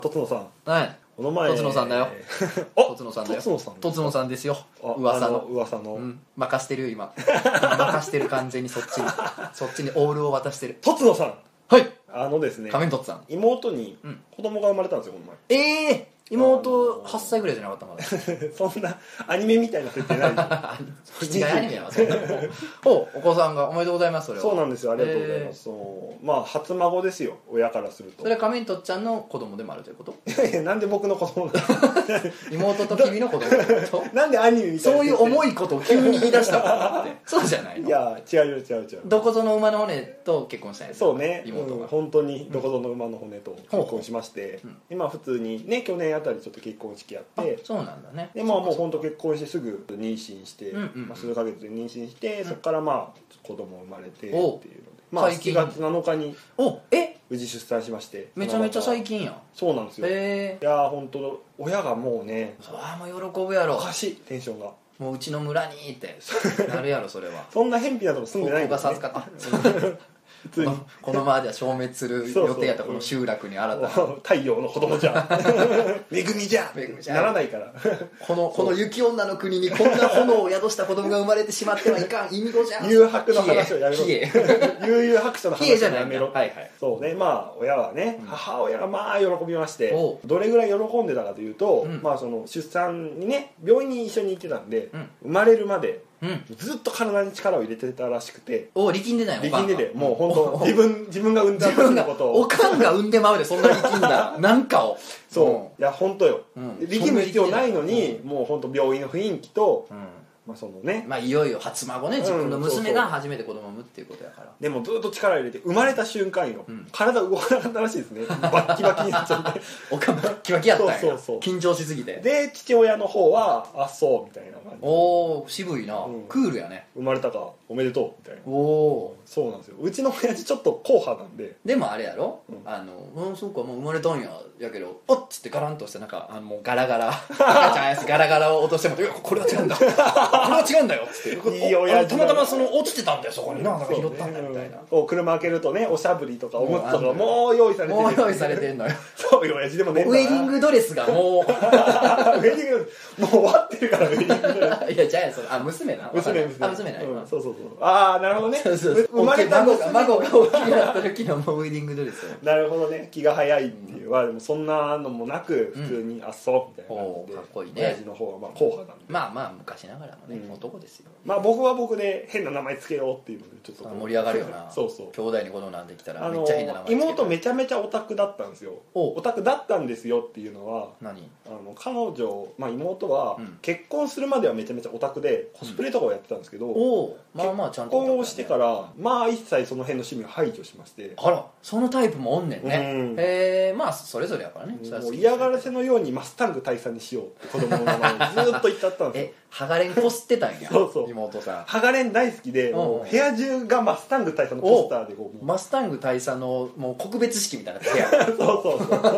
とつのさん、 はい、 この前とつのさんだよとつのさんだよ、とつのさんですよ、噂の、任してるよ今任してる、完全にそっちにオールを渡してる。 とつのさん、 はい、 ですね、 仮面とつさん、 妹に子供が生まれたんですよ、この前。 妹8歳ぐらいじゃなかったまだそんなアニメみたいな設定ないでしょ違うアニメやわそんなお子さんがおめでとうございます。それはそうなんですよ、ありがとうございます。まあ初孫ですよ、親からすると。 それは仮面とっちゃんの子供でもあるということなんで僕の子供妹と君の子供ってことなんでアニメみたいな、 そういう重いことを急に言い出したからってそうじゃないの。 いや違う。 どこぞの馬の骨と結婚したんや。 そうね、 妹が、 本当にどこぞの馬の骨と結婚しまして、今普通にね、去年あたりちょっと結婚式やって、 そうなんだね。 でもう本当結婚してすぐ妊娠して、数ヶ月で妊娠して、そこからまあ子供生まれてっていうので、まあ7月7日に無事出産しまして。 めちゃめちゃ最近やん。 そうなんですよ。いや本当親がもうね、 そりゃもう喜ぶやろ。 おかしいテンションが、 もううちの村にってなるやろそれはそんな偏僻なとこ住んでないんですね。 このままでは消滅する予定やったこの集落に新たな太陽の子供じゃ恵みじゃならないからこの雪女の国にこんな炎を宿した子供が生まれてしまってはいかん、意味語じゃん。 誘白の話をやめろ、悠々白書の話をやめろ。そうね、まあ親はね、母親がまあ喜びまして、どれぐらい喜んでたかというと、まあその出産にね、病院に一緒に行ってたんで、生まれるまでずっと体に力を入れてたらしくて、 力んでないよ、 力んでて、もう本当自分が産んだ時のことを、 おかんが産んでまうでそんな力んだらなんかを、 そういや本当よ、力む必要ないのに、もう本当病院の雰囲気と、まあそのね、 まあいよいよ初孫ね、自分の娘が初めて子供を産むっていうことやから。 でもずっと力入れて生まれた瞬間よ、体動かなかったらしいですね。バッキバキになっちゃっておかんバッキバキやったんや。緊張しすぎて。 で父親の方はあそうみたいな感じ。 おお渋いな、クールやね。 生まれたかおめでとうみたいな。 おおそうなんですよ。うちの親父ちょっと硬派なんで。 でもあれやろ、そうかもう生まれたんやけど、おっつってガランとしてなんかもうガラガラ赤ちゃんやつガラガラを落としても、いやこれは違うんだこれは違うんだよっつって、いい親父たまたまその落ちてたんだよそこにな、拾ったんだよみたいな。 車開けるとね、おしゃぶりとかおむつとかもう用意されてる。 もう用意されてんのよ。 そういう親父でもね、 ウェディングドレスがもうウェディングもう終わってるから、ウェディングドレス。 いやじゃあそれ娘な、娘な、 そうああなるほどね。 生まれた孫が大きくなった時のもうウェディングドレス。 なるほどね、気が早いっていうは、でもそんなのもなく普通にあっそうみたいな感じで、かっこいいね。親父の方はまあ硬派なんで、まあ昔ながらのね男ですよ。 まあ僕は僕で変な名前つけようっていうのでちょっと盛り上がるよな。そう兄弟に子供なんできたらめっちゃ変な名前。 妹めちゃめちゃオタクだったんですよ。オタクだったんですよっていうのは、彼女、まあ妹は結婚するまではめちゃめちゃオタクでコスプレとかをやってたんですけど、結婚をしてからまあ一切その辺の趣味を排除しまして。 あら、そのタイプもおんねんね。まあそれぞれやからね。 もう嫌がらせのようにマスタング大佐にしようって子供の名前をずっと言ってあったんですよ。 ハガレンこすってたんや。 そう妹さんハガレン大好きで、もう部屋中がマスタング大佐のポスターでマスタング大佐のもう告別式みたいな部屋。 そう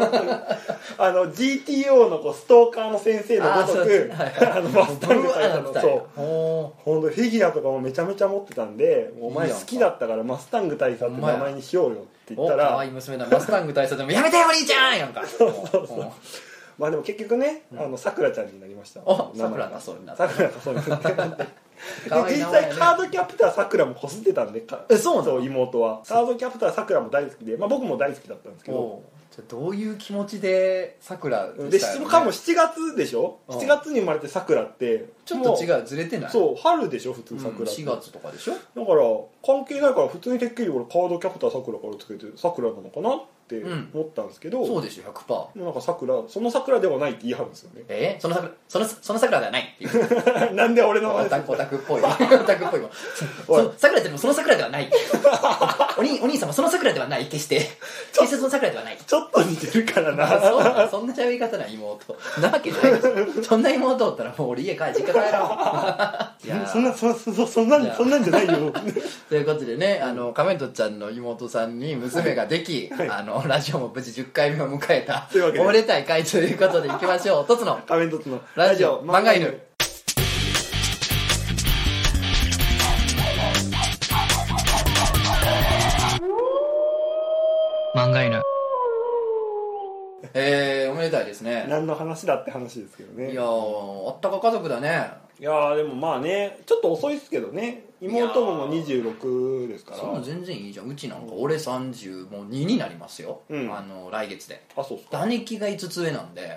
GTO のストーカーの先生のごとくマスタング大佐の、そう本当フィギュアとかもめちゃめちゃ持ってたんで、お前好きだったからマスタング大佐って名前にしようよって言ったら、 可愛い娘だ、マスタング大佐でもやめてよお兄ちゃんやんか。そうまあでも結局ね、さくらちゃんになりました。 さくらだそうになった。 さくらだそうになって実際カードキャプターさくらもこすってたんで、そう妹はカードキャプターさくらも大好きで、まあ僕も大好きだったんですけど、 どういう気持ちでさくらでしかも7月でしょ、7月に生まれてさくらってちょっと違う、ずれてない。 そう春でしょ普通さくらって、 4月とかでしょ。だから関係ないから普通にてっきり俺カードキャプターさくらからつけてさくらなのかなって思ったんですけど、 そうですよ 100%。 なんかさくら、そのさくらではないって言い張るんですよね。 そのさくらではないっていうなんで俺のオタクっぽいオタクっぽいもさくらでもそのさくらではないお兄様そのさくらではない、決してそのさくらではない。 ちょっと似てるからな。 そんな喋り方な妹なわけないです。そんな妹おったらもう俺家実家帰ろう。いやそんなんじゃないよ。 ということでね、仮面とっちゃんの妹さんに娘ができ、ラジオも無事10回目を迎えたおめでたい回ということでいきましょう。とつの仮面とつのラジオ漫画犬。漫画犬。 おめでたいですね。 何の話だって話ですけどね。 いやあったか家族だね。 いやでもまあねちょっと遅いですけどね。妹も26ですから。 そう全然いいじゃん。うちなんか俺30もう2になりますよ、来月で。 あ、そうっすか。 兄貴が5つ上なんで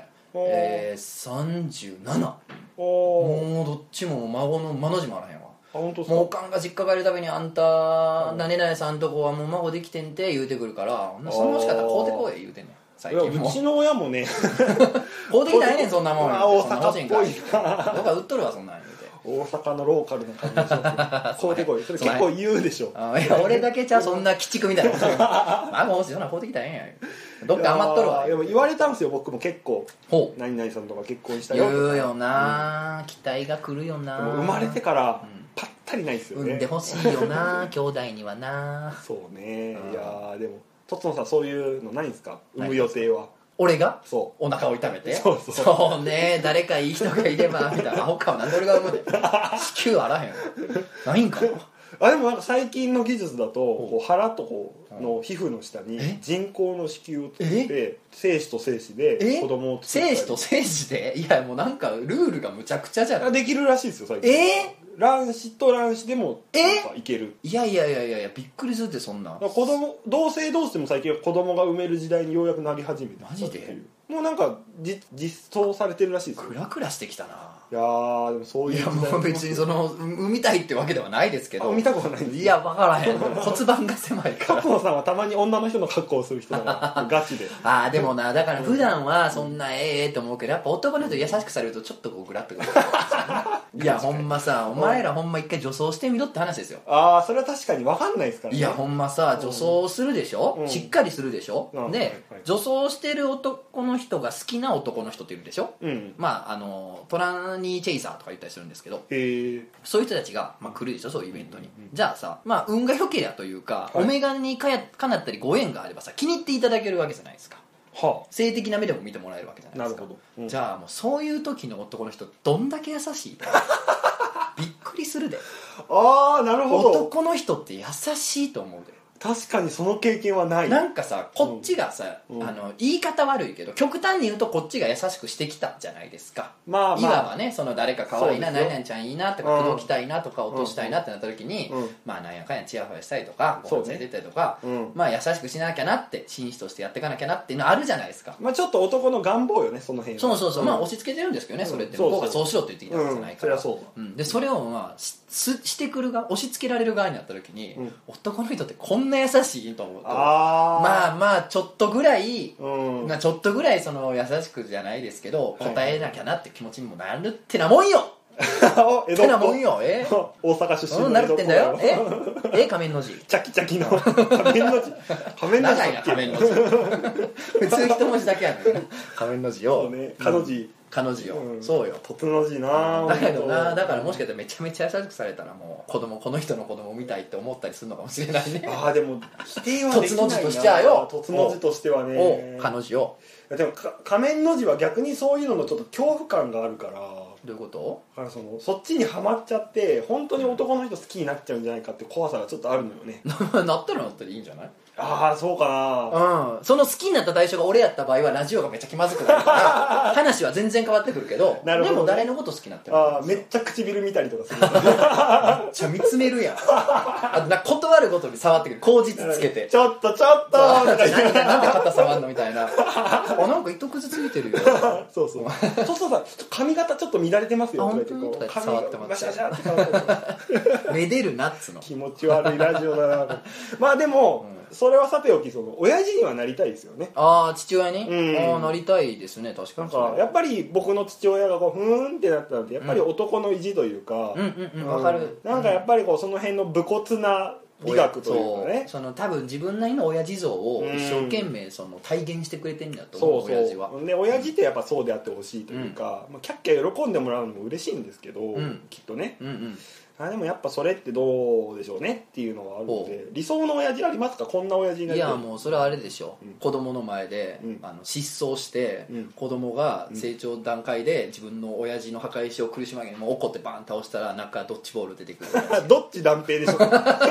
37。もうどっちも孫の間の字もあらへんわ。 本当もうおかんが実家帰るたびにあんた何々さんとこはもう孫できてんて言うてくるからその仕方こうてこい言うてんねん最近も。 うちの親もねこうてきたらええねんそんなもん。 大阪っぽいな僕は売っとるわそんなん言うて。 大阪のローカルな感じでしょこうてこい。それ結構言うでしょ。 いや俺だけじゃそんな鬼畜みたいな孫欲しいそんなこうてきたらええんやどっか余っとるわ。 でも言われたんですよ僕も結構。 ほう何々さんとか結婚したよとか言うよな、期待が来るよな。 でも生まれてからパッタリないですよね。 産んでほしいよな兄弟にはな。 そうね。いやでもとつのさんそういうのないんですか？産む予定は。 俺がそうお腹を痛めてそうね誰かいい人がいればみたいな。アホかなんで俺が産むで子宮あらへんないんかな。 でもなんか最近の技術だとこう腹とこうの皮膚の下に人工の子宮を作って精子と精子で子供を作ったり。 精子と精子でいやもうなんかルールがむちゃくちゃじゃん。 できるらしいですよ最近。卵子と卵子でもなんかいける。 いやびっくりするってそんな。 子供同性同士でも最近は子供が産める時代にようやくなり始めた。 マジで？ もうなんか実装されてるらしいですよ。 クラクラしてきたな。 いやーでもそういう時代。 いやもう別にその産みたいってわけではないですけど。 産みたくはないんです。 いや分からへん骨盤が狭いから勝野さんはたまに女の人の格好をする人だからガチで。 でもなだから普段はそんなと思うけどやっぱ男の人優しくされるとちょっとこうグラッとくるいやほんまさお前らほんま一回女装してみろって話ですよ。 それは確かに分かんないですからね。 いやほんまさ女装するでしょ、しっかりするでしょ、で、女装してる男の人が好きな男の人っているでしょ、まあトラニーチェイサーとか言ったりするんですけど、そういう人たちが、来るでしょそういうイベントに、じゃあさ運が良けりゃというか、お眼鏡にかなったりご縁があればさ気に入っていただけるわけじゃないですか。性的な目でも見てもらえるわけじゃないですか。 なるほど、 じゃあもうそういう時の男の人どんだけ優しいびっくりするで。 なるほど。 男の人って優しいと思うで。 確かにその経験はない。 なんかさこっちがさ、言い方悪いけど極端に言うとこっちが優しくしてきたじゃないですか。いわばねその誰か可愛いな何々ちゃんいいなとか口説きたいなとか落としたいなってなった時に、なんやかんやチヤホヤしたりとかご飯連れてったりとか、優しくしなきゃなって紳士としてやっていかなきゃなっていうのあるじゃないですか。 ちょっと男の願望よねその辺は。 そう押し付けてるんですけどね、それって向こうがそうしろって言ってきたわけじゃないから。でそれをしてくる側押し付けられる側になった時に、男の人ってこんな優しいと思うとちょっとぐらい、ちょっとぐらいその優しくじゃないですけど答えなきゃなって気持ちにもなるってなもんよってなもんよ。 大阪出身のなるってんだよ。仮面の字チャキチャキの仮面の字仮面の字長いな仮面の字普通一文字だけやねん仮面の字を彼女よ、そうよとつの字な。 だけどなだからもしかしたらめちゃめちゃ優しくされたらもうこの人の子供みたいって思ったりするのかもしれないね。 でも否定はできないな。とつの字としてはよ。 とつの字としてはね。 彼女よ。 でも仮面の字は逆にそういうののちょっと恐怖感があるから。 どういうこと？ そっちにはまっちゃって本当に男の人好きになっちゃうんじゃないかって怖さがちょっとあるのよね。 なったらいいんじゃない？ そうかな。その好きになった対象が俺やった場合はラジオがめっちゃ気まずくなるから話は全然変わってくるけど、でも誰のこと好きになってるの？ めっちゃ唇見たりとかするめっちゃ見つめるやん断るごとに触ってくる口実つけてちょっとなんで肩触んのみたいななんか糸くずついてるよそうさ髪型ちょっと乱れてますよとか触ってます。めでるなっつの気持ち悪いラジオだなでもそれはさておき親父にはなりたいですよね。 父親に、なりたいですね。確かにやっぱり僕の父親がふーんってなったのでやっぱり男の意地というか、 わかる。 なんかやっぱりその辺の武骨な美学というかね、 多分自分なりの親父像を一生懸命体現してくれてんだと思う。親父はで親父ってやっぱそうであってほしいというか、キャッキャ喜んでもらうのも嬉しいんですけど、きっとね、でもやっぱそれってどうでしょうねっていうのはあるので、理想の親父ありますか？こんな親父になりたい。 いやもうそれはあれでしょ、子供の前で、失踪して、子供が成長段階で自分の親父の墓石を苦し紛れにもう怒ってバーン倒したら中ドッジボール出てくるどっち断平でしょ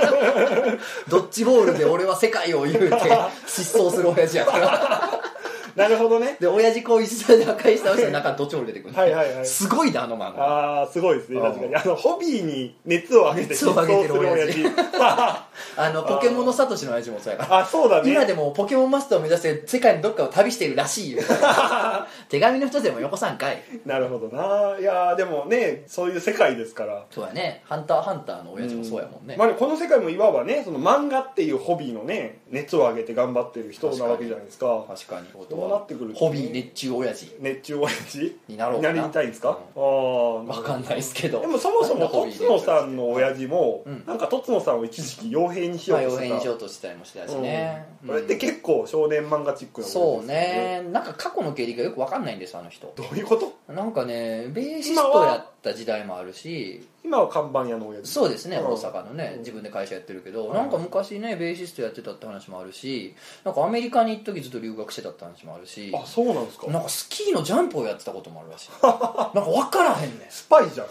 ドッジボールで俺は世界を言うて失踪する親父やからなるほどね。 で親父こう石皿で破壊したら中にドチョウ出てくる。 はいはいはい。 すごいなあの漫画。 ああすごいですね。確かにホビーに熱を上げて熱を上げてる親父。 ポポケモンのサトシの親父もそうやから。 あそうだね。 今でもポケモンマスターを目指して世界のどっかを旅しているらしいよ。手紙の一つでもよこさんかい。 なるほどな。いやでもねそういう世界ですから。 そうやね。ハンターハンターの親父もそうやもんね。 まあこの世界もいわばねその漫画っていうホビーのね熱を上げて頑張ってる人なわけじゃないですか。 確かに。 そうなってくると、ね、 ホビー熱中親父。 熱中親父になろうかな。 なりたいんですか？ 分かんないですけど。 でもそもそもとつのさんの親父も、なんかとつのさんを一時期傭兵にしようとしてた。 傭兵にしようとしてたりもしてたしね。 これって結構少年漫画チックなそうね。なんか過去の経歴がよく分かんないんですあの人。 どういうこと？ なんかねベーシストやった時代もあるし。 今は看板屋の親父。 そうですね、大阪のね自分で会社やってるけど、なんか昔ねベーシストやってたって話もあるし、なんかアメリカに一時ずっと留学してたって話もあるし、 あそうなんですか。 なんかスキーのジャンプをやってたこともあるらしい。なんか分からへんねん。 スパイじゃん。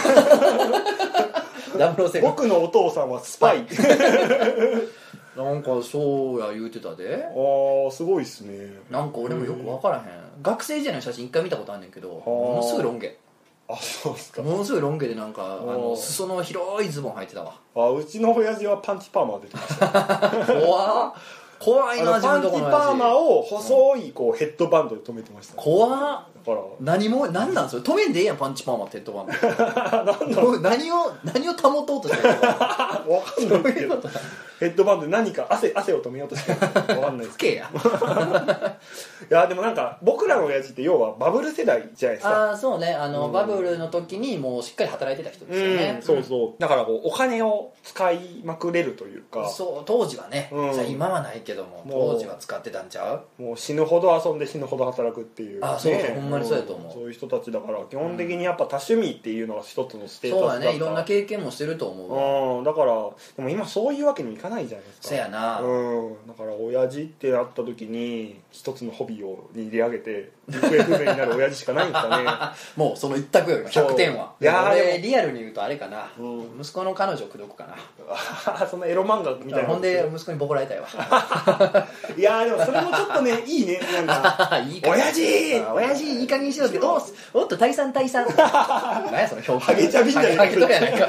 007 僕のお父さんはスパイ。 なんかそうや言うてたで。 ああすごいっすね。 なんか俺もよく分からへん。学生時代の写真一回見たことあんねんけど、ものすごいロン毛。 あそうですか。 ものすごいロン毛でなんか裾の広いズボン履いてたわ。 あうちの親父はパンチパーマ出てました。 怖いな。 パンチパーマを細いこうヘッドバンドで留めてました、ね、 怖っ。 だから何なんそれ。止めんでええやんパンチパーマってヘッドバンド。何を保とうとしてるの？分かんないけどヘッドバンドで何か汗を止めようとしてるのか分かんないですけど。いやでもなんか僕らの親父って要はバブル世代じゃないですか。 ああそうね。バブルの時にもうしっかり働いてた人ですよね。 そうそう。だからこうお金を使いまくれるというか。 そう当時はね、今はないけども当時は使ってたんちゃう。もう死ぬほど遊んで死ぬほど働くっていう、ね、 あそうそうほんまにそうやと思う。 そういう人たちだから基本的にやっぱ多趣味っていうのが一つのステータスだった。 そうだね。いろんな経験もしてると思う。だからでも今そういうわけにもいかないじゃないですか。 せやな。 だから親父ってなった時に一つのホビーを入れ上げて行方不明になる親父しかないんですかね。 もうその一択よ100点は。 いや俺リアルに言うとあれかな、息子の彼女を口説くかな。 そんなエロ漫画みたいな。 ほんで息子にボコられたいわ。 いやでもそれもちょっとねいいね。なんかいい親父いい加減にしろって。おっと退散何やその表現。 ハゲチャビみたいな。 ハゲとるやないか。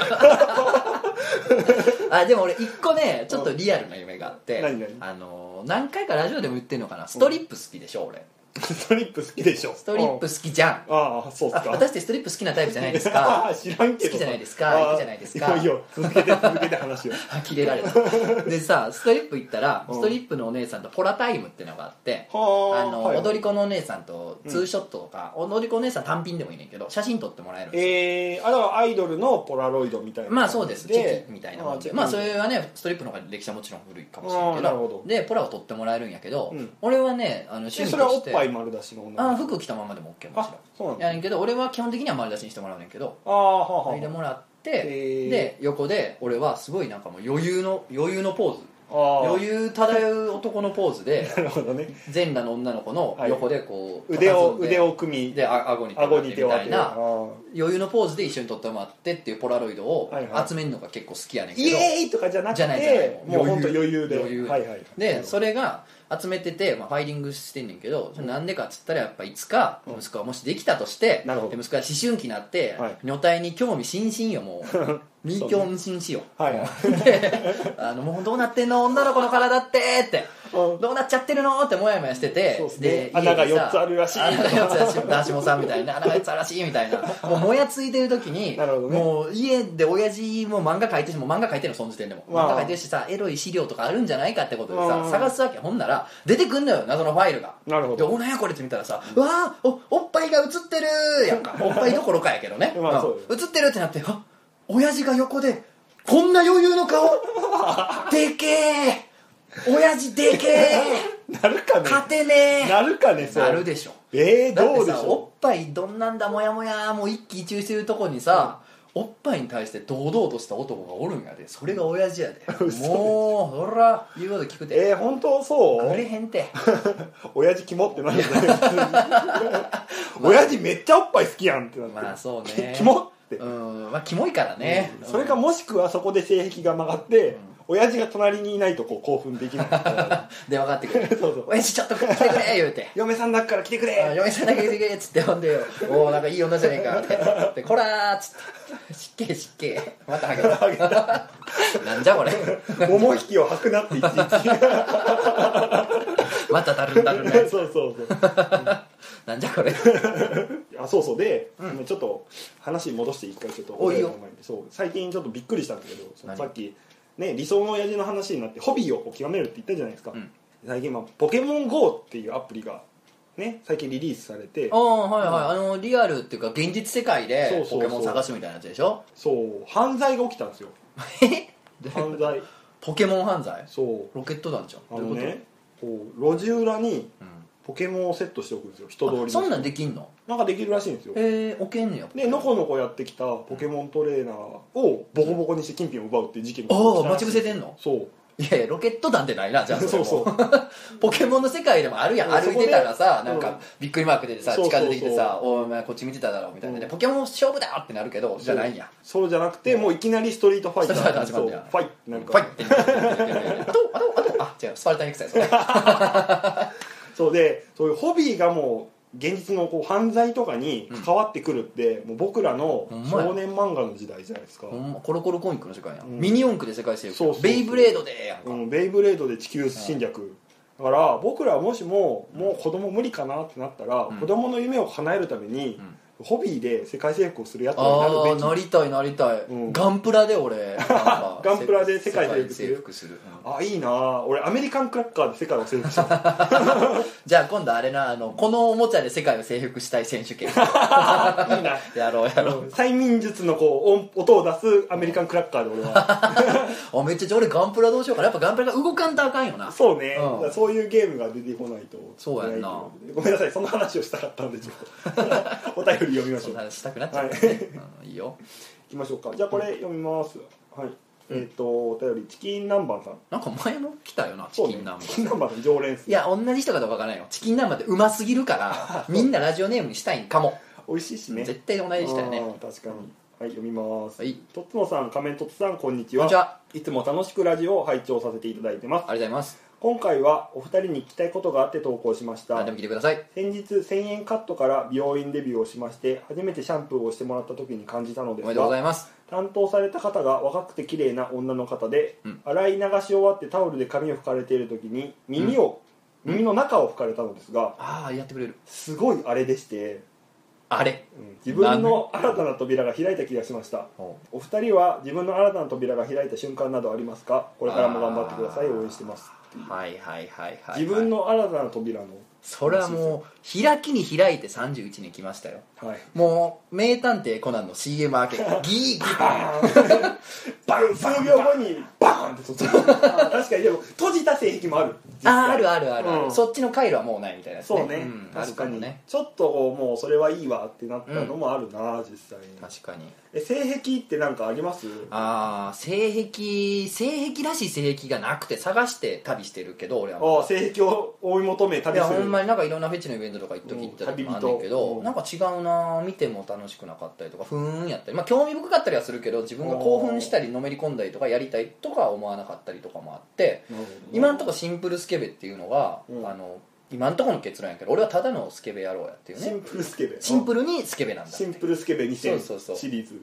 あでも俺一個ねちょっとリアルな夢があって、何回かラジオでも言ってんのかな。ストリップ好きでしょ俺。 ストリップ好きでしょ。 ストリップ好きじゃん。 ああそうっすか。 私ってストリップ好きなタイプじゃないですか。 知らんけど好きじゃないですか。行くじゃないですか。 いいよ続けて話を。 キレられた。でさストリップ行ったらストリップのお姉さんとポラタイムってのがあって、踊り子のお姉さんとツーショットとか、踊り子お姉さん単品でもいいねんけど写真撮ってもらえるんですよ。 だからアイドルのポラロイドみたいな。 まあそうです。チェキみたいなもんで、まあそれはねストリップの方が歴史はもちろん古いかもしれないけど、でポラを撮ってもらえるんやけど、俺はね趣味として。 それはおっぱい丸出しの女。 服着たままでも OK もちろん。 そうなんやねんけど俺は基本的には丸出しにしてもらうねんけど、入れてもらって、で横で俺はすごいなんかもう余裕のポーズ、余裕漂う男のポーズでなるほどね。 全裸の女の子の横でこう腕を組みで顎に手を当てみたいな余裕のポーズで一緒に撮ってもらってっていうポラロイドを集めるのが結構好きやねんけど、 イエーイとかじゃなくてもう本当余裕ででそれが集めてて、ファイリングしてんねんけど、なんでかっつったらやっぱいつか息子がもしできたとして、息子が思春期になって女体に興味津々よ。もう未興味津々しよでもうどうなってんの女の子の体ってってどうなっちゃってるのってもやもやしてて、 で穴が4つあるらしい、 穴が4つあるらしい、ダーシモさんみたいな穴が4つあるらしいみたいな、もうもやついてる時にもう家で親父も漫画描いてるし、もう漫画描いてるのその時点でも漫画描いてるしさ、エロい資料とかあるんじゃないかってことでさ探すわけ。ほんなら出てくんのよ謎のファイルが。 なるほど。 で何やこれって見たらさ、うわー おっぱいが映ってるやんか。おっぱいどころかやけどね、映ってるってなって、あ親父が横でこんな余裕の顔でけえ親父でけえなるかね、 勝てねえなるかね。 なるでしょ。 どうでしょう。 だってさおっぱいどんなんだもやもやもう一喜一憂してるとこにさ、おっぱいに対して堂々とした男がおるんやで。それが親父やでもうほら言うこと聞くて。 本当そうくれへんて親父キモってなるんだよ親父めっちゃおっぱい好きやんってなって、 まあそうねキモって、 まあキモいからね、 それかもしくはそこで性癖が曲がって、 親父が隣にいないとこう興奮できない電話かかってくるそうそう親父ちょっと来てくれ言うて嫁さんだから来てくれ嫁さんだけ来てくれっつってほんでおおなんかいい女じゃねえかってこらーっつって湿気湿気またハゲたなんじゃこれ桃引きを吐くなっていちいちまただるんだるんねそうなんじゃこれあそうそうで、ちょっと話戻して一回ちょっとおいよそう最近ちょっとびっくりしたんだけどさっきね理想の親父の話になってホビーを極めるって言ったじゃないですか、最近ポケモン GO っていうアプリがね最近リリースされてはいはい、リアルっていうか現実世界でポケモン探すみたいなやつでしょ。 そう犯罪が起きたんですよ犯罪ポケモン犯罪そうロケット弾じゃんこう路地裏にポケモンをセットしておくんですよ人通りにそんなんできんのなんかできるらしいんですよ置けんねやでのこのこやってきたポケモントレーナーをボコボコにして金品を奪うっていう事件が起きた待ち伏せてんのそういやいやロケット弾ってないなじゃあそうそうポケモンの世界でもあるやん歩いてたらさなんかびっくりマーク出てさ近づいてきてさお前こっち見てただろみたいなポケモン勝負だってなるけどじゃないんやそうじゃなくてもういきなりストリートファイター始まるんやファイなんかファイってあ違うスパルタンエクサイズそうでそういうホビーがもう現実のこう犯罪とかに関わってくるって、もう僕らの少年漫画の時代じゃないですか。 コロコロコミックの世界やん、ミニ四駆で世界征服ベイブレードでやんか、 ベイブレードで地球侵略、だから僕らはもしももう子供無理かなってなったら、子供の夢を叶えるために、ホビーで世界征服をするやつになるべき。 なりたいなりたい、ガンプラで俺ガンプラで世界征服する、いいな俺アメリカンクラッカーで世界を征服したじゃあ今度あれなこのおもちゃで世界を征服したい選手権いいなやろう催眠術のこう音を出すアメリカンクラッカーで俺はめっちゃじゃあ俺ガンプラどうしようかな。やっぱガンプラが動かんとあかんよな。 そうね、そういうゲームが出てこないとそうやんな。 ごめんなさいその話をしたかったんでちょっとお便り読みましょう。 そんなしたくなっちゃうね、いいよ行きましょうか。じゃあこれ読みます、はい。お便りチキン南蛮さん。 なんか前も来たよなチキン南蛮、 チキン南蛮さん常連っすね。 いや同じ人かどうかわからないよ。チキン南蛮ってうますぎるからみんなラジオネームにしたいんかも。 美味しいしね。 絶対同じ人やね。 確かに。はい読みます。 はい。 とつのさん仮面とつさんこんにちは。 こんにちは。 いつも楽しくラジオを拝聴させていただいてます。 ありがとうございます。 今回はお二人に聞きたいことがあって投稿しました。 何でも聞いてください。 先日1000円カットから美容院デビューをしまして初めてシャンプーをしてもらった時に感じたのですが、 おめでとうございます。 担当された方が若くて綺麗な女の方で、洗い流し終わってタオルで髪を拭かれている時に耳の中を拭かれたのですが、 やってくれる。 すごいあれでして、 あれ、 自分の新たな扉が開いた気がしました。お二人は自分の新たな扉が開いた瞬間などありますか？これからも頑張ってください、応援してます。 はいはいはいはい。 自分の新たな扉のそれはもう開きに開いて31年来ましたよ、 はい、 もう名探偵コナンの CM 明けギーギーバーンバン数秒後にバーンってそっち確かにでも閉じた性癖もある。 あるあるある、そっちの回路はもうないみたいなやつね。 そうね、確かにね。ちょっともうそれはいいわってなったのもあるな、実際に。 確かに。 性癖って何かあります？ 性癖らしい性癖がなくて探して旅してるけど俺は。 性癖を追い求め旅する。 いやほんまになんかいろんなフェチのイベントとか行った時もあるんだけど、なんか違うな、見ても楽しくなかったりとかふーんやったり、興味深かったりはするけど自分が興奮したりのめり込んだりとかやりたいとかは思わなかったりとかもあって、今んとこシンプルスケベっていうのが、今んとこの結論やけど俺はただのスケベ野郎やっていうね。 シンプルスケベ、 シンプルにスケベなんだ。 シンプルスケベ2000シリーズ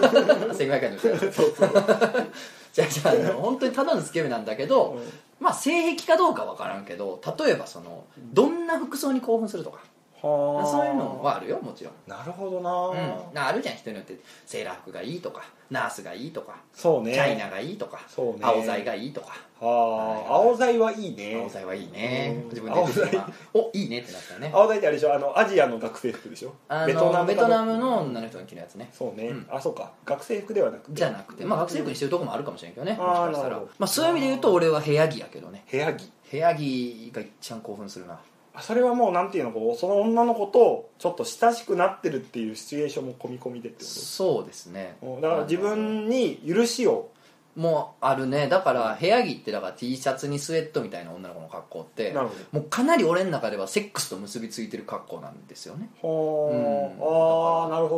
1500回のじゃあ本当にただのスケベなんだけど、性癖かどうかわからんけど、例えばどんな服装に興奮するとか、そういうのはあるよ、もちろん。 なるほどな、 あるじゃん、人によって。セーラー服がいいとかナースがいいとか、 そうね、 チャイナがいいとか、 そうね、 青剤がいいとか。 青剤はいいね。 青剤はいいね。自分で言っていいねってなったね。 青剤ってあれでしょ、アジアの学生服でしょ。 ベトナムの女の人が着るやつね。 そうね、そうか、学生服ではなくて。 じゃなくて、学生服にしてるとこもあるかもしれんけどね、もしかしたら。そういう意味で言うと俺は部屋着やけどね。部屋着が一番興奮するな。 それはもうなんていうの、その女の子とちょっと親しくなってるっていうシチュエーションも込み込みでってこと？ そうですね。 だから自分に許しをもうあるね。だから部屋着ってだから T シャツにスウェットみたいな女の子の格好って、もうかなり俺の中ではセックスと結びついてる格好なんですよね。 なるほど。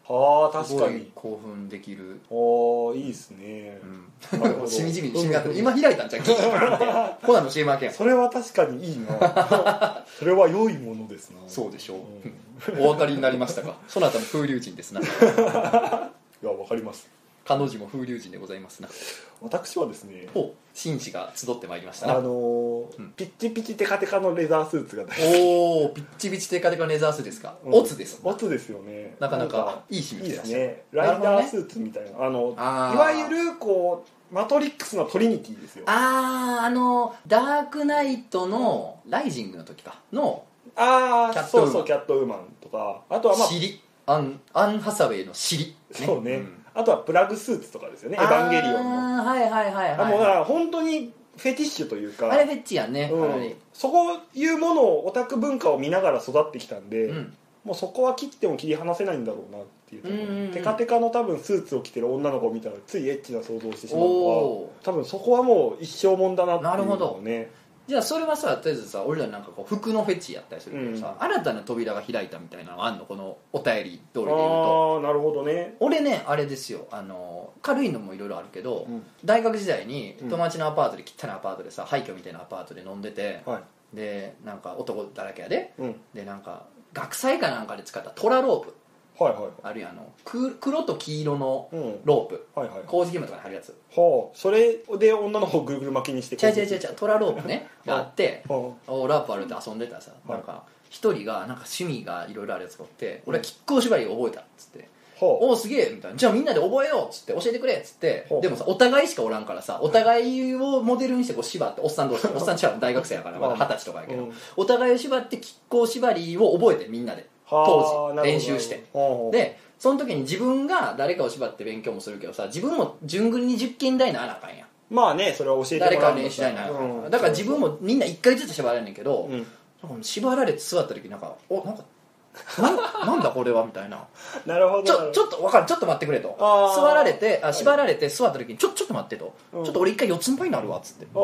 はあ確かにすごい興奮できる。 おーいいですね、 なるほど。しみじみしみがって今開いたんじゃん。コナンの CM 明けやん。 それは確かにいいなそれは良いものですな。 そうでしょう、お分かりになりましたか。そなたも風流人ですな。いや分かります。 彼女も風流人でございますな。 私はですね、 紳士が集ってまいりましたな。 ピッチピチテカテカのレザースーツが大好き。 おお、ピッチピチテカテカレザースですか。オツです。 オツですよね。 なかなかいい趣味ですね。ライダースーツみたいな、いわゆるこうマトリックスのトリニティですよ。 ダークナイトのライジングの時かのそうそう、キャットウーマンとか、あとは尻アン・ハサウェイの尻、 そうね、あとはプラグスーツとかですよね、エヴァンゲリオンの。 はいはいはいはい。 もうだから本当にフェティッシュというか、 あれフェッチやね、 そういうものをオタク文化を見ながら育ってきたんで、もうそこは切っても切り離せないんだろうなっていう、テカテカの多分スーツを着てる女の子を見たらついエッチな想像をしてしまうのは、多分そこはもう一生もんだなっていうのをね。 じゃあそれはさ、とりあえずさ、俺らなんかこう服のフェチやったりするけどさ、新たな扉が開いたみたいなのあんの、このお便り通りで言うと。 なるほどね。 俺ね、あれですよ、軽いのもいろいろあるけど、大学時代に友達のアパートで、汚いアパートでさ、廃墟みたいなアパートで飲んでて、でなんか男だらけやで、でなんか学祭かなんかで使ったトラロープ、あるいは黒と黄色のロープ、工事現場とかに貼るやつ、 それで女の子をぐるぐる巻きにして、 違うトラロープねがあって、ラープあるって遊んでたらさ、なんか一人がなんか趣味がいろいろあるやつがおって、俺は亀甲縛りを覚えたっつって、おおすげえみたいな、じゃあみんなで覚えようっつって、教えてくれっつって、でもさお互いしかおらんからさ、お互いをモデルにしてこう縛って、おっさん同士、おっさんちゃう大学生やからまだ20歳とかやけど、お互いを縛って亀甲縛りを覚えて、みんなで当時練習して、でその時に自分が誰かを縛って勉強もするけどさ、自分も順繰りに10件台なあなあかんやん。 まあね、それは教えてもらう。 誰かの練習台なあかん、だから自分もみんな1回ずつ縛られんねんけど、縛られて座った時なんかなんだこれはみたいな。 なるほど。 ちょっと分かる、ちょっと待ってくれと。縛られて座った時にちょっと待ってと、ちょっと俺一回四つん這いになるわっつって、で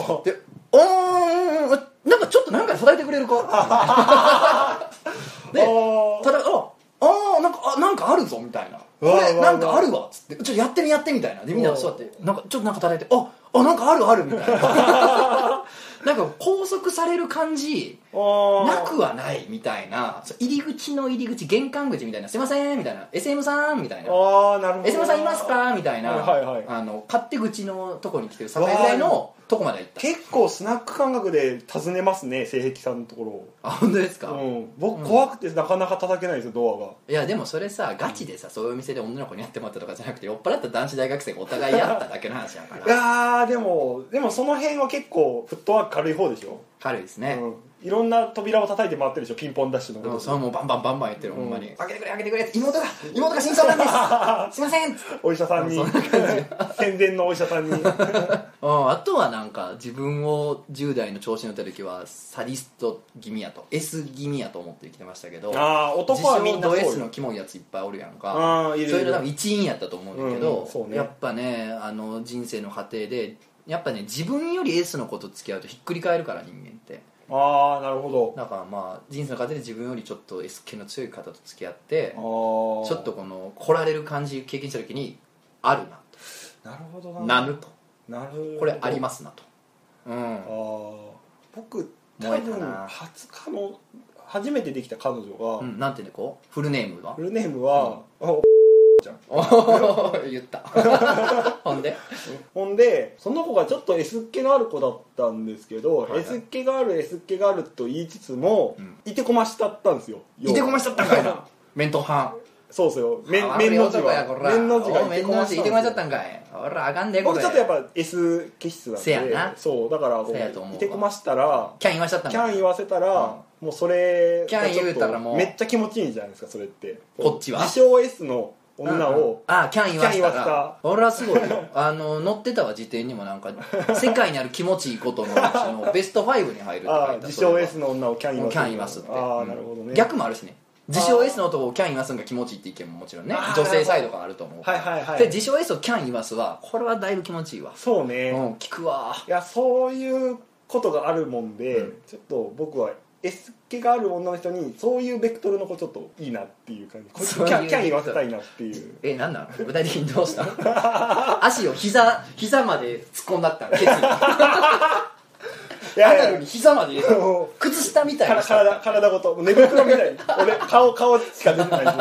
なんかちょっとなんか叩いてくれるかで、なんかあるぞみたいな、これなんかあるわっつって、ちょっとやってみたいな。でみんな座ってなんかちょっとなんか叩いて、なんかあるみたいななんか拘束される感じなくはないみたいな、入り口玄関口みたいな、すいませんみたいな、 SM さんみたいな、SM さんいますかみたいな、勝手口のとこに来てる境ぐらいのとこまで行った。 結構スナック感覚で訪ねますね、性癖さんのところを。 本当ですか。 僕怖くてなかなか叩けないですよ、ドアが。 いやでもそれさ、ガチでさ、そういうお店で女の子にやってもらったとかじゃなくて、酔っ払った男子大学生がお互いやっただけの話やからいやでもその辺は結構フットワーク軽い方でしょ。 軽いですね、 いろんな扉を叩いて回ってるでしょ、ピンポンダッシュの。 それもうバンバン言ってる、ほんまに開けてくれ妹が真相なんですすいませんお医者さんに戦前のお医者さんにあとはなんか自分を10代の調子に乗った時はサディスト気味やと S 気味やと思って生きてましたけど、 男はみんなそうよ。 自称ド S のキモいやついっぱいおるやんか、そういうの多分一員やったと思うんだけど、やっぱね、人生の過程でやっぱね、自分より S の子と付き合うとひっくり返るから、人間って。 なるほど。 だからまあ人生の過程で自分よりちょっと S 系の強い方と付き合って、ちょっとこの来られる感じ経験した時にあるなと。 なるほどなると。 これありますなと。 僕多分初めてできた彼女が、 なんていうの、こうフルネームはじゃん言ったほんでその子がちょっと S っ気のある子だったんですけど、S っ気があると言いつつも、いてこましちゃったんですよ。 いてこましちゃったんかいな面と半。 そうですよ、面の字がいてこましちゃったんかい。 俺らあかんでこれ。 僕ちょっとやっぱ S 気質なんで、 せやな。 そうだからいてこましたらキャン言わしちゃったんかい。 キャン言わせたら、もうそれキャン言うたらもうめっちゃ気持ちいいじゃないですか、それって。 こっちは自称 S の女をキャン言わせたら、俺はすごいよ乗ってたわ、辞典にもなんか世界にある気持ちいいことのうちのベスト5に入るって書いた。 自称 S の女をキャン言わすって。 なるほどね。逆もあるしね、自称 S の男をキャン言わすのが気持ちいいって意見ももちろんね、女性サイドがあると思う。で自称 S をキャン言わすはこれはだいぶ気持ちいいわ。 そうね、 聞くわ。 いやそういうことがあるもんで、ちょっと僕は S 気がある女の人にそういうベクトルの子ちょっといいなっていう感じ、こいつキャン言わせたいなっていう。 なんなん具体的にどうした足を膝まで突っ込んだったケツにアナルに膝まで入れた靴下みたいな体ごと寝袋みたいに俺顔しか出てない状態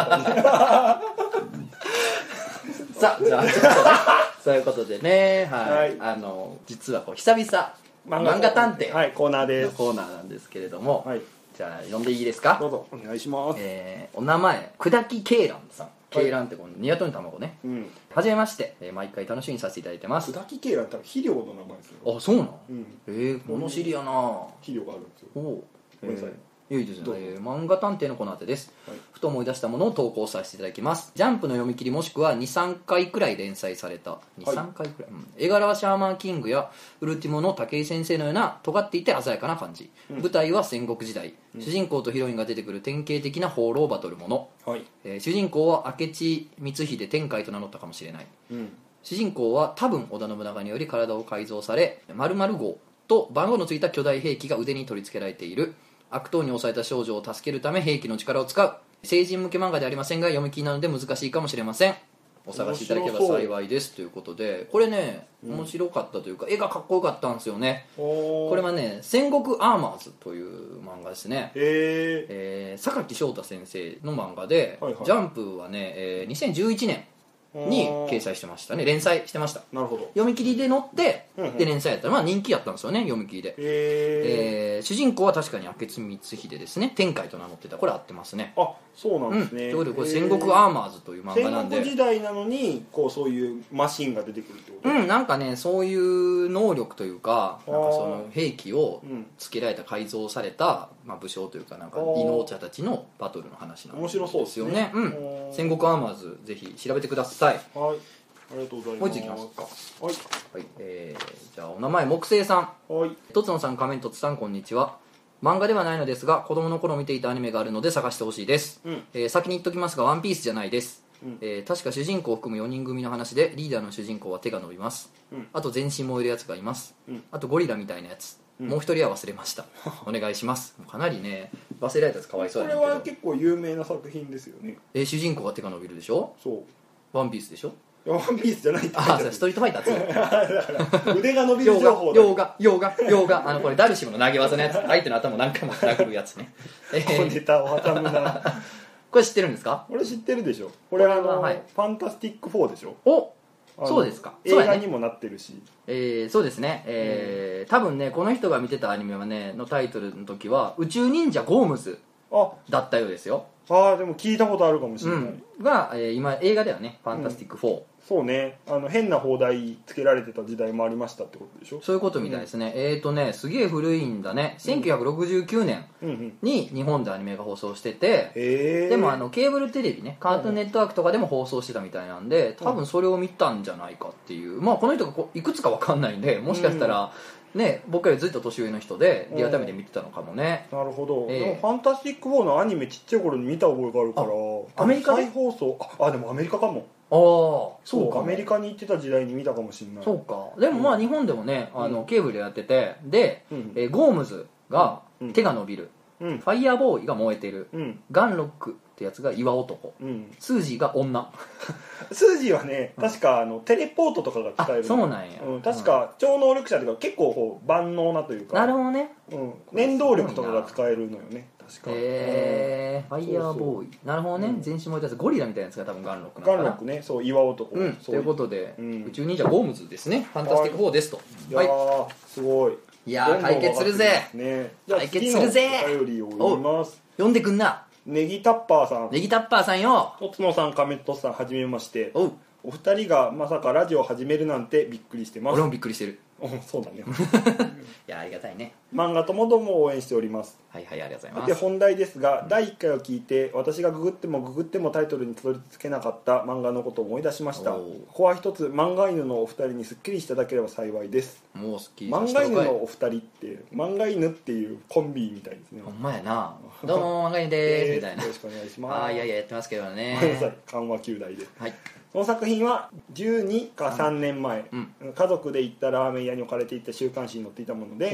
さあじゃあそういうことでね、はい、実はこう久々漫画探偵、 はい、コーナーです。 コーナーなんですけれども、 はい、 じゃあ読んでいいですか。 どうぞお願いします。 お名前砕き鶏卵さん。鶏卵ってこのニワトリの卵ね。はじめまして、毎回楽しみにさせていただいてます。 砕き鶏卵って肥料の名前ですよ。 あ、そうなの。物知りやな。 肥料があるんですよ。ごめんなさい。 いいですね。漫画探偵のコーナーです、はい、ふと思い出したものを投稿させていただきます。ジャンプの読み切りもしくは 2,3 回くらい連載された 2,3 回くらい、絵柄はシャーマンキングやウルティモの武井先生のような尖っていて鮮やかな感じ、舞台は戦国時代、主人公とヒロインが出てくる典型的な放浪バトルもの、主人公は明智光秀天海と名乗ったかもしれない、主人公は多分織田信長により体を改造され〇〇号と番号のついた巨大兵器が腕に取り付けられている。悪党に抑えた少女を助けるため兵器の力を使う成人向け漫画でありませんが読み切りなので難しいかもしれません。お探しいただければ幸いですということで、これね面白かったというか絵がかっこよかったんですよね。これはね戦国アーマーズという漫画ですね。榊翔太先生の漫画で、ジャンプはね、2011年に掲載してましたね。連載してました。 なるほど。 読み切りで載って、で連載やったら人気やったんですよね、読み切りで。主人公は確かに明智光秀ですね。天海と名乗ってた。これ合ってますね。 あ、そうなんですね。 ということでこれ戦国アーマーズという漫画なんで、 戦国時代なのにこうそういうマシンが出てくるってこと。 なんかねそういう能力というか、なんかその兵器をつけられた改造された、武将というかなんか異能者たちのバトルの話なんですよね。 面白そうですね。 戦国アーマーズぜひ調べてください。 はい、ありがとうございます。もう一度いきますか。はい、じゃあお名前木星さん。 はい。 とつのさん、仮面とつさん、こんにちは。漫画ではないのですが子供の頃見ていたアニメがあるので探してほしいです、先に言っときますがワンピースじゃないです、確か主人公を含む4人組の話でリーダーの主人公は手が伸びます、あと全身燃えるやつがいます、あとゴリラみたいなやつ、もう一人は忘れましたお願いします。かなりね忘れられたやつかわいそうやねんけど、 これは結構有名な作品ですよね。 主人公が手が伸びるでしょ。 そう、 ワンピースでしょ。 ワンピースじゃないって。 ストリートファイター腕が伸びる情報だ。 ヨガこれダルシムの投げ技のやつ、相手の頭を何回も殴るやつね。 小ネタを挟むな。 これ知ってるんですか。 俺知ってるでしょ。これファンタスティック4でしょ。 お、そうですか。 映画にもなってるし。 そうですね。多分ねこの人が見てたアニメはねのタイトルの時は宇宙忍者ゴームズだったようですよ。 でも聞いたことあるかもしれない、 が、今映画ではねファンタスティック4、 そうね、変な放題つけられてた時代もありましたってことでしょ。 そういうことみたいですね、すげえ古いんだね。1969年に日本でアニメが放送してて、でもケーブルテレビね、カートゥーンネットワークとかでも放送してたみたいなんで、多分それを見たんじゃないかっていう、この人がいくつか分かんないんで、もしかしたらね、僕よりずっと年上の人でリアルタイムで見てたのかもね。 なるほど、でもファンタスティック4のアニメちっちゃい頃に見た覚えがあるから、 アメリカで再放送、でもアメリカかも。 そうか、 アメリカに行ってた時代に見たかもしれない。 そうか。でも日本でもねケーブルでやってて、で、ゴームズが手が伸びる、ファイヤーボーイが燃えてる、ガンロックってやつが岩男、スージーが女。 スージーはね確かテレポートとかが使える。 そうなんや、 確か超能力者というか結構こう万能なというか。 なるほどね、 念動力とかが使えるのよね確か。 ファイヤーボーイ、なるほどね、全身燃えたやつ、ゴリラみたいなやつが多分ガンロックなのかな。ガンロックね、そう岩男、 ということで、宇宙忍者ゴームズですね、ファンタスティック4ですと。 いやーすごい。 いやー解決するぜ、解決するぜ。 お便りを読みます。 読んでくんな。 ネギタッパーさん。 ネギタッパーさんよ。 とつのさん、カメットさん、はじめまして。お二人がまさかラジオを始めるなんてびっくりしてます。 俺もびっくりしてる。 そうだね。 いやありがたいね。 漫画ともども応援しております。 はいはい、ありがとうございます。 で本題ですが、第1回を聞いて私がググってもタイトルにたどり着けなかった漫画のことを思い出しました。ここは一つ漫画犬のお二人にすっきりしていただければ幸いです。 もうすっきり漫画犬のお二人って漫画犬っていうコンビみたいですね。 ほんまやな。どうも漫画犬でーすみたいな。 よろしくお願いします。 いややってますけどね。 ごめんなさい、緩和9代で。 はい。 この作品は12か3年前、家族で行ったラーメン屋に置かれていた週刊誌に載っていたもので、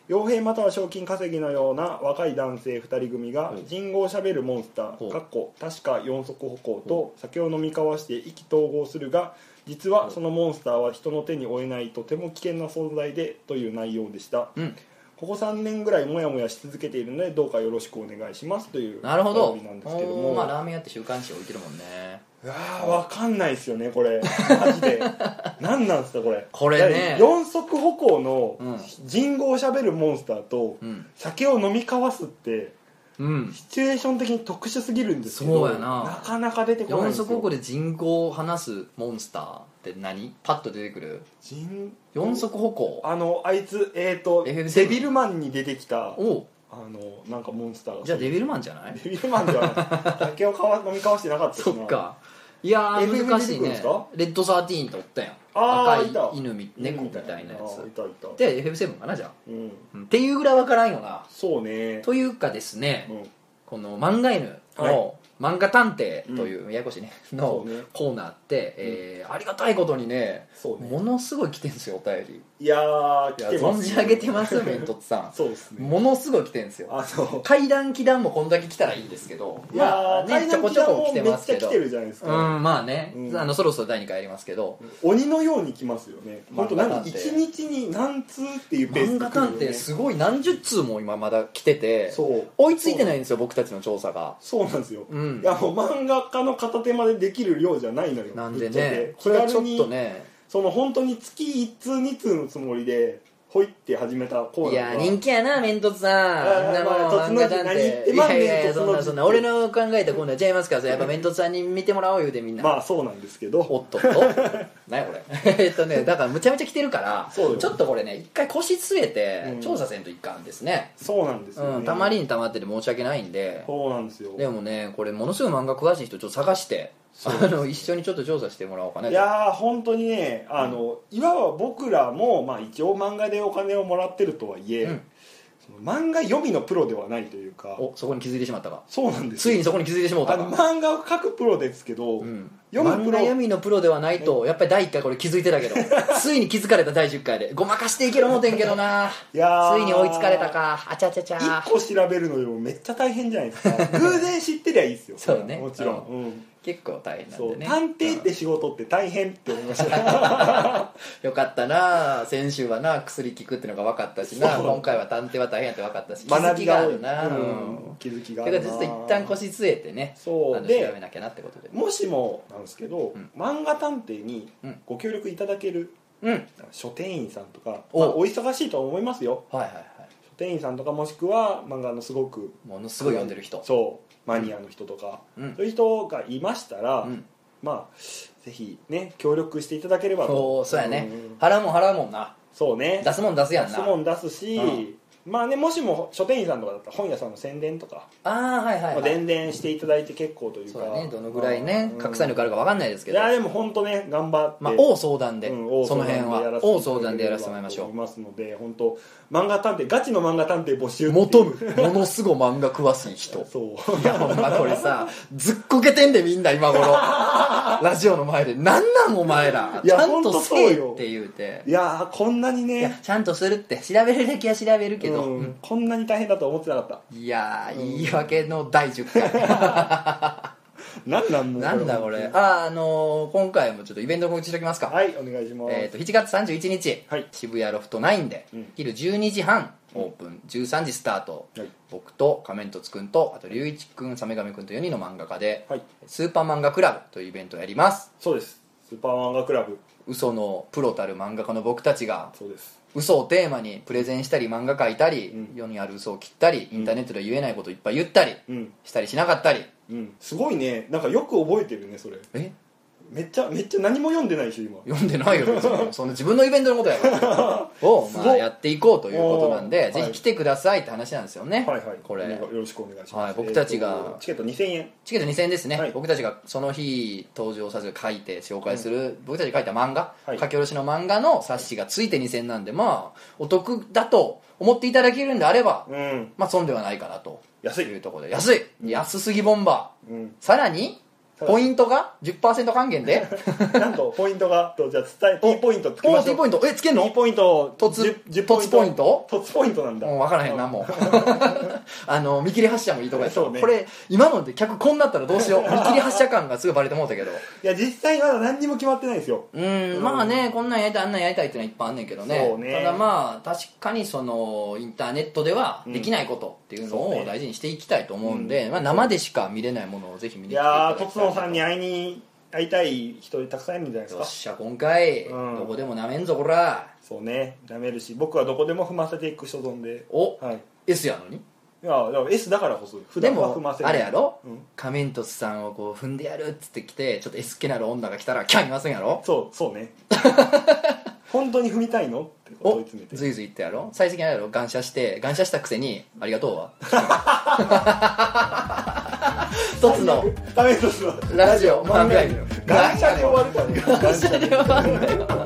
傭兵または賞金稼ぎのような若い男性2人組が人語をしゃべるモンスター確か四足歩行と酒を飲み交わして意気投合するが、実はそのモンスターは人の手に負えないとても危険な存在でという内容でした、ここ3年ぐらいモヤモヤし続けているのでどうかよろしくお願いしますというなるほどなんですけども、 まあラーメン屋って週刊誌置いてるもんね。 いやー分かんないですよねこれマジで何なんですかこれね、 四足歩行の人語をしゃべるモンスターと酒を飲み交わすって、シチュエーション的に特殊すぎるんですけど、 そうやな、 なかなか出てこないんですよ。 四足歩行で人語を話すモンスターって何？パッと出てくる四足歩行、 あいつデビルマンに出てきたなんかモンスターが、 じゃあデビルマンじゃない？ デビルマンじゃない酒を飲み交わしてなかったしな。 そっか、いやー難しいね。レッド13とおったやん、赤い犬猫みたいなやつで FF7 かな、じゃあ、っていうぐらい分からんよな。 そうね。 というかですね、この漫画犬の漫画探偵というややこしいねのコーナーって、ありがたいことにねものすごい来てるんですよ、お便り。 いやー来てます、 存じ上げてますメントツさんそうですね、 ものすごい来てるんですよ。階段気段もこんだけ来たらいいんですけど、まあねちょこちょこ来てますけど、 めっちゃ来てるじゃないですか。 まあね、そろそろ第2回やりますけど、 鬼のように来ますよね。本当1日に何通っていうペースで来るよね。 漫画探偵すごい何十通も今まだ来てて、追いついてないんですよ僕たちの調査が。 そうなんですよ、いやもう漫画家の片手までできる量じゃないのよ。 なんでね、これはちょっとね、 その本当に月1通2通のつもりでほいって始めたコーナーが。 いや人気やな、メントツさん。漫画探偵、いやそんな俺の考えたコーナーちゃいますから、やっぱメントツさんに見てもらおう言うてみんな。 まあそうなんですけど、 おっとっと何やこれだからむちゃむちゃ来てるから、ちょっとこれね一回腰据えて調査せんといかんですね。 そうなんですよね、 たまりにたまってて申し訳ないんで。 そうなんですよ。 でもねこれものすごい漫画詳しい人ちょっと探して一緒にちょっと調査してもらおうかな。 いやー本当にねいわば僕らも、まあ、一応漫画でお金をもらってるとはいえ、その漫画読みのプロではないというか。 そこに気づいてしまったか。 そうなんですよ、 ついにそこに気づいてしまったか。 漫画を描くプロですけど、 漫画読みのプロではないとやっぱり第1回これ気づいてたけどついに気づかれた第10回でごまかしていける思てんけどな。いやついに追いつかれたか。あちゃちゃちゃ 1個調べるのでもめっちゃ大変じゃないですか偶然知ってりゃいいですよそうね、 もちろん、 結構大変なんでね。 探偵って仕事って大変って思いましたよかったな、先週はな薬効くってのが分かったしな、今回は探偵は大変やって分かったし、気づきがあるな。 気づきがあるな。 だからちょっと一旦腰据えてね、調べなきゃなってことで。 もしもなんですけど、漫画探偵にご協力いただける書店員さんとか、お忙しいと思いますよ。書店員さんとか、もしくは漫画のものすごい読んでる人、 マニアの人とか、そういう人がいましたら、まあぜひね協力していただければと。 そうやね、払うもんな。 そうね、 出すもん出すやんな。 出すもん出すし、まあね、もしも書店員さんとかだったら本屋さんの宣伝とか伝々していただいて結構というか。 そうね、どのぐらいね拡散力あるか分かんないですけど、 いやでも本当ね頑張って、 大相談で、その辺は大相談でやらせてもらいましょう。 いますので、本当漫画探偵、ガチの漫画探偵募集求むものすごい漫画詳しい人そういやほんまこれさずっこけてんでみんな今頃ラジオの前でなんなんお前らちゃんとせえって言うて、 いやこんなにねちゃんとするって調べるだけは調べるけど、 こんなに大変だと思ってなかった。 いや言い訳の第10回なんだこれ。今回もちょっとイベント告知しておきますか。 はい、お願いします。 7月31日、渋谷ロフト9で、昼12時半オープン、13時スタート、僕と仮面凸くんとあと龍一くん、サメガメくんと4人の漫画家で、スーパー漫画クラブというイベントをやります。 そうです、スーパー漫画クラブ。 嘘のプロたる漫画家の僕たちが、 そうです、 嘘をテーマにプレゼンしたり漫画描いたり、世にある嘘を切ったり、インターネットで言えないことをいっぱい言ったり、したりしなかったり、 すごいね、なんかよく覚えてるねそれ。めっちゃ何も読んでないでしょ今。 読んでないよ別にその自分のイベントのことやからを、やっていこうということなんで、ぜひ来てくださいって話なんですよね。これよろしくお願いします。 僕たちがチケット2000円。 チケット2000円ですね。僕たちがその日登場させる書いて紹介する、僕たちが書いた漫画、書き下ろしの漫画の冊子がついて2000円なんで、まあお得だと思っていただけるんであれば、まあ損ではないかなというところで。安すぎボンバー、さらにポイントが 10% 還元でなんとポイントがじゃあ伝え T ポイントつけましょう。 T ポイントつけんの？ T ポイント突ポイント？ 突ポイントなんだ。 もう分からへんなもう見切り発車もいいとこやった、 ね、 これ今ので客こんなったらどうしよう見切り発車感がすぐバレてもうたけど、 いや実際まだ何にも決まってないですよ。 まあね、こんなんやりたいあんなんやりたいっていうのはいっぱいあんねんけどね。 そうね、 ただまあ確かにそのインターネットではできないことっていうのを大事にしていきたいと思うんで、まあ、生でしか見れないものをぜひ見に来ていただきたい。 いやとつのさんに会いたい人たくさんいるんじゃないですか。 よっしゃ今回、どこでもなめんぞこら。 そうね、なめるし僕はどこでも踏ませていく所存で。 はい、S やのに。 いやだから S だからこそ普段は踏ませる。 でもあれやろ、仮面凸さんをこう踏んでやるっつってきてちょっと S っ気なる女が来たらキャンいませんやろ。 そうね本当に踏みたいのってことを問い詰めてずいずい言ってやろ。最終的にあれやろ、感謝したくせにありがとうわ一つの仮面凸のラジオ漫才感謝で終わるからね。 感謝で終わるんだよ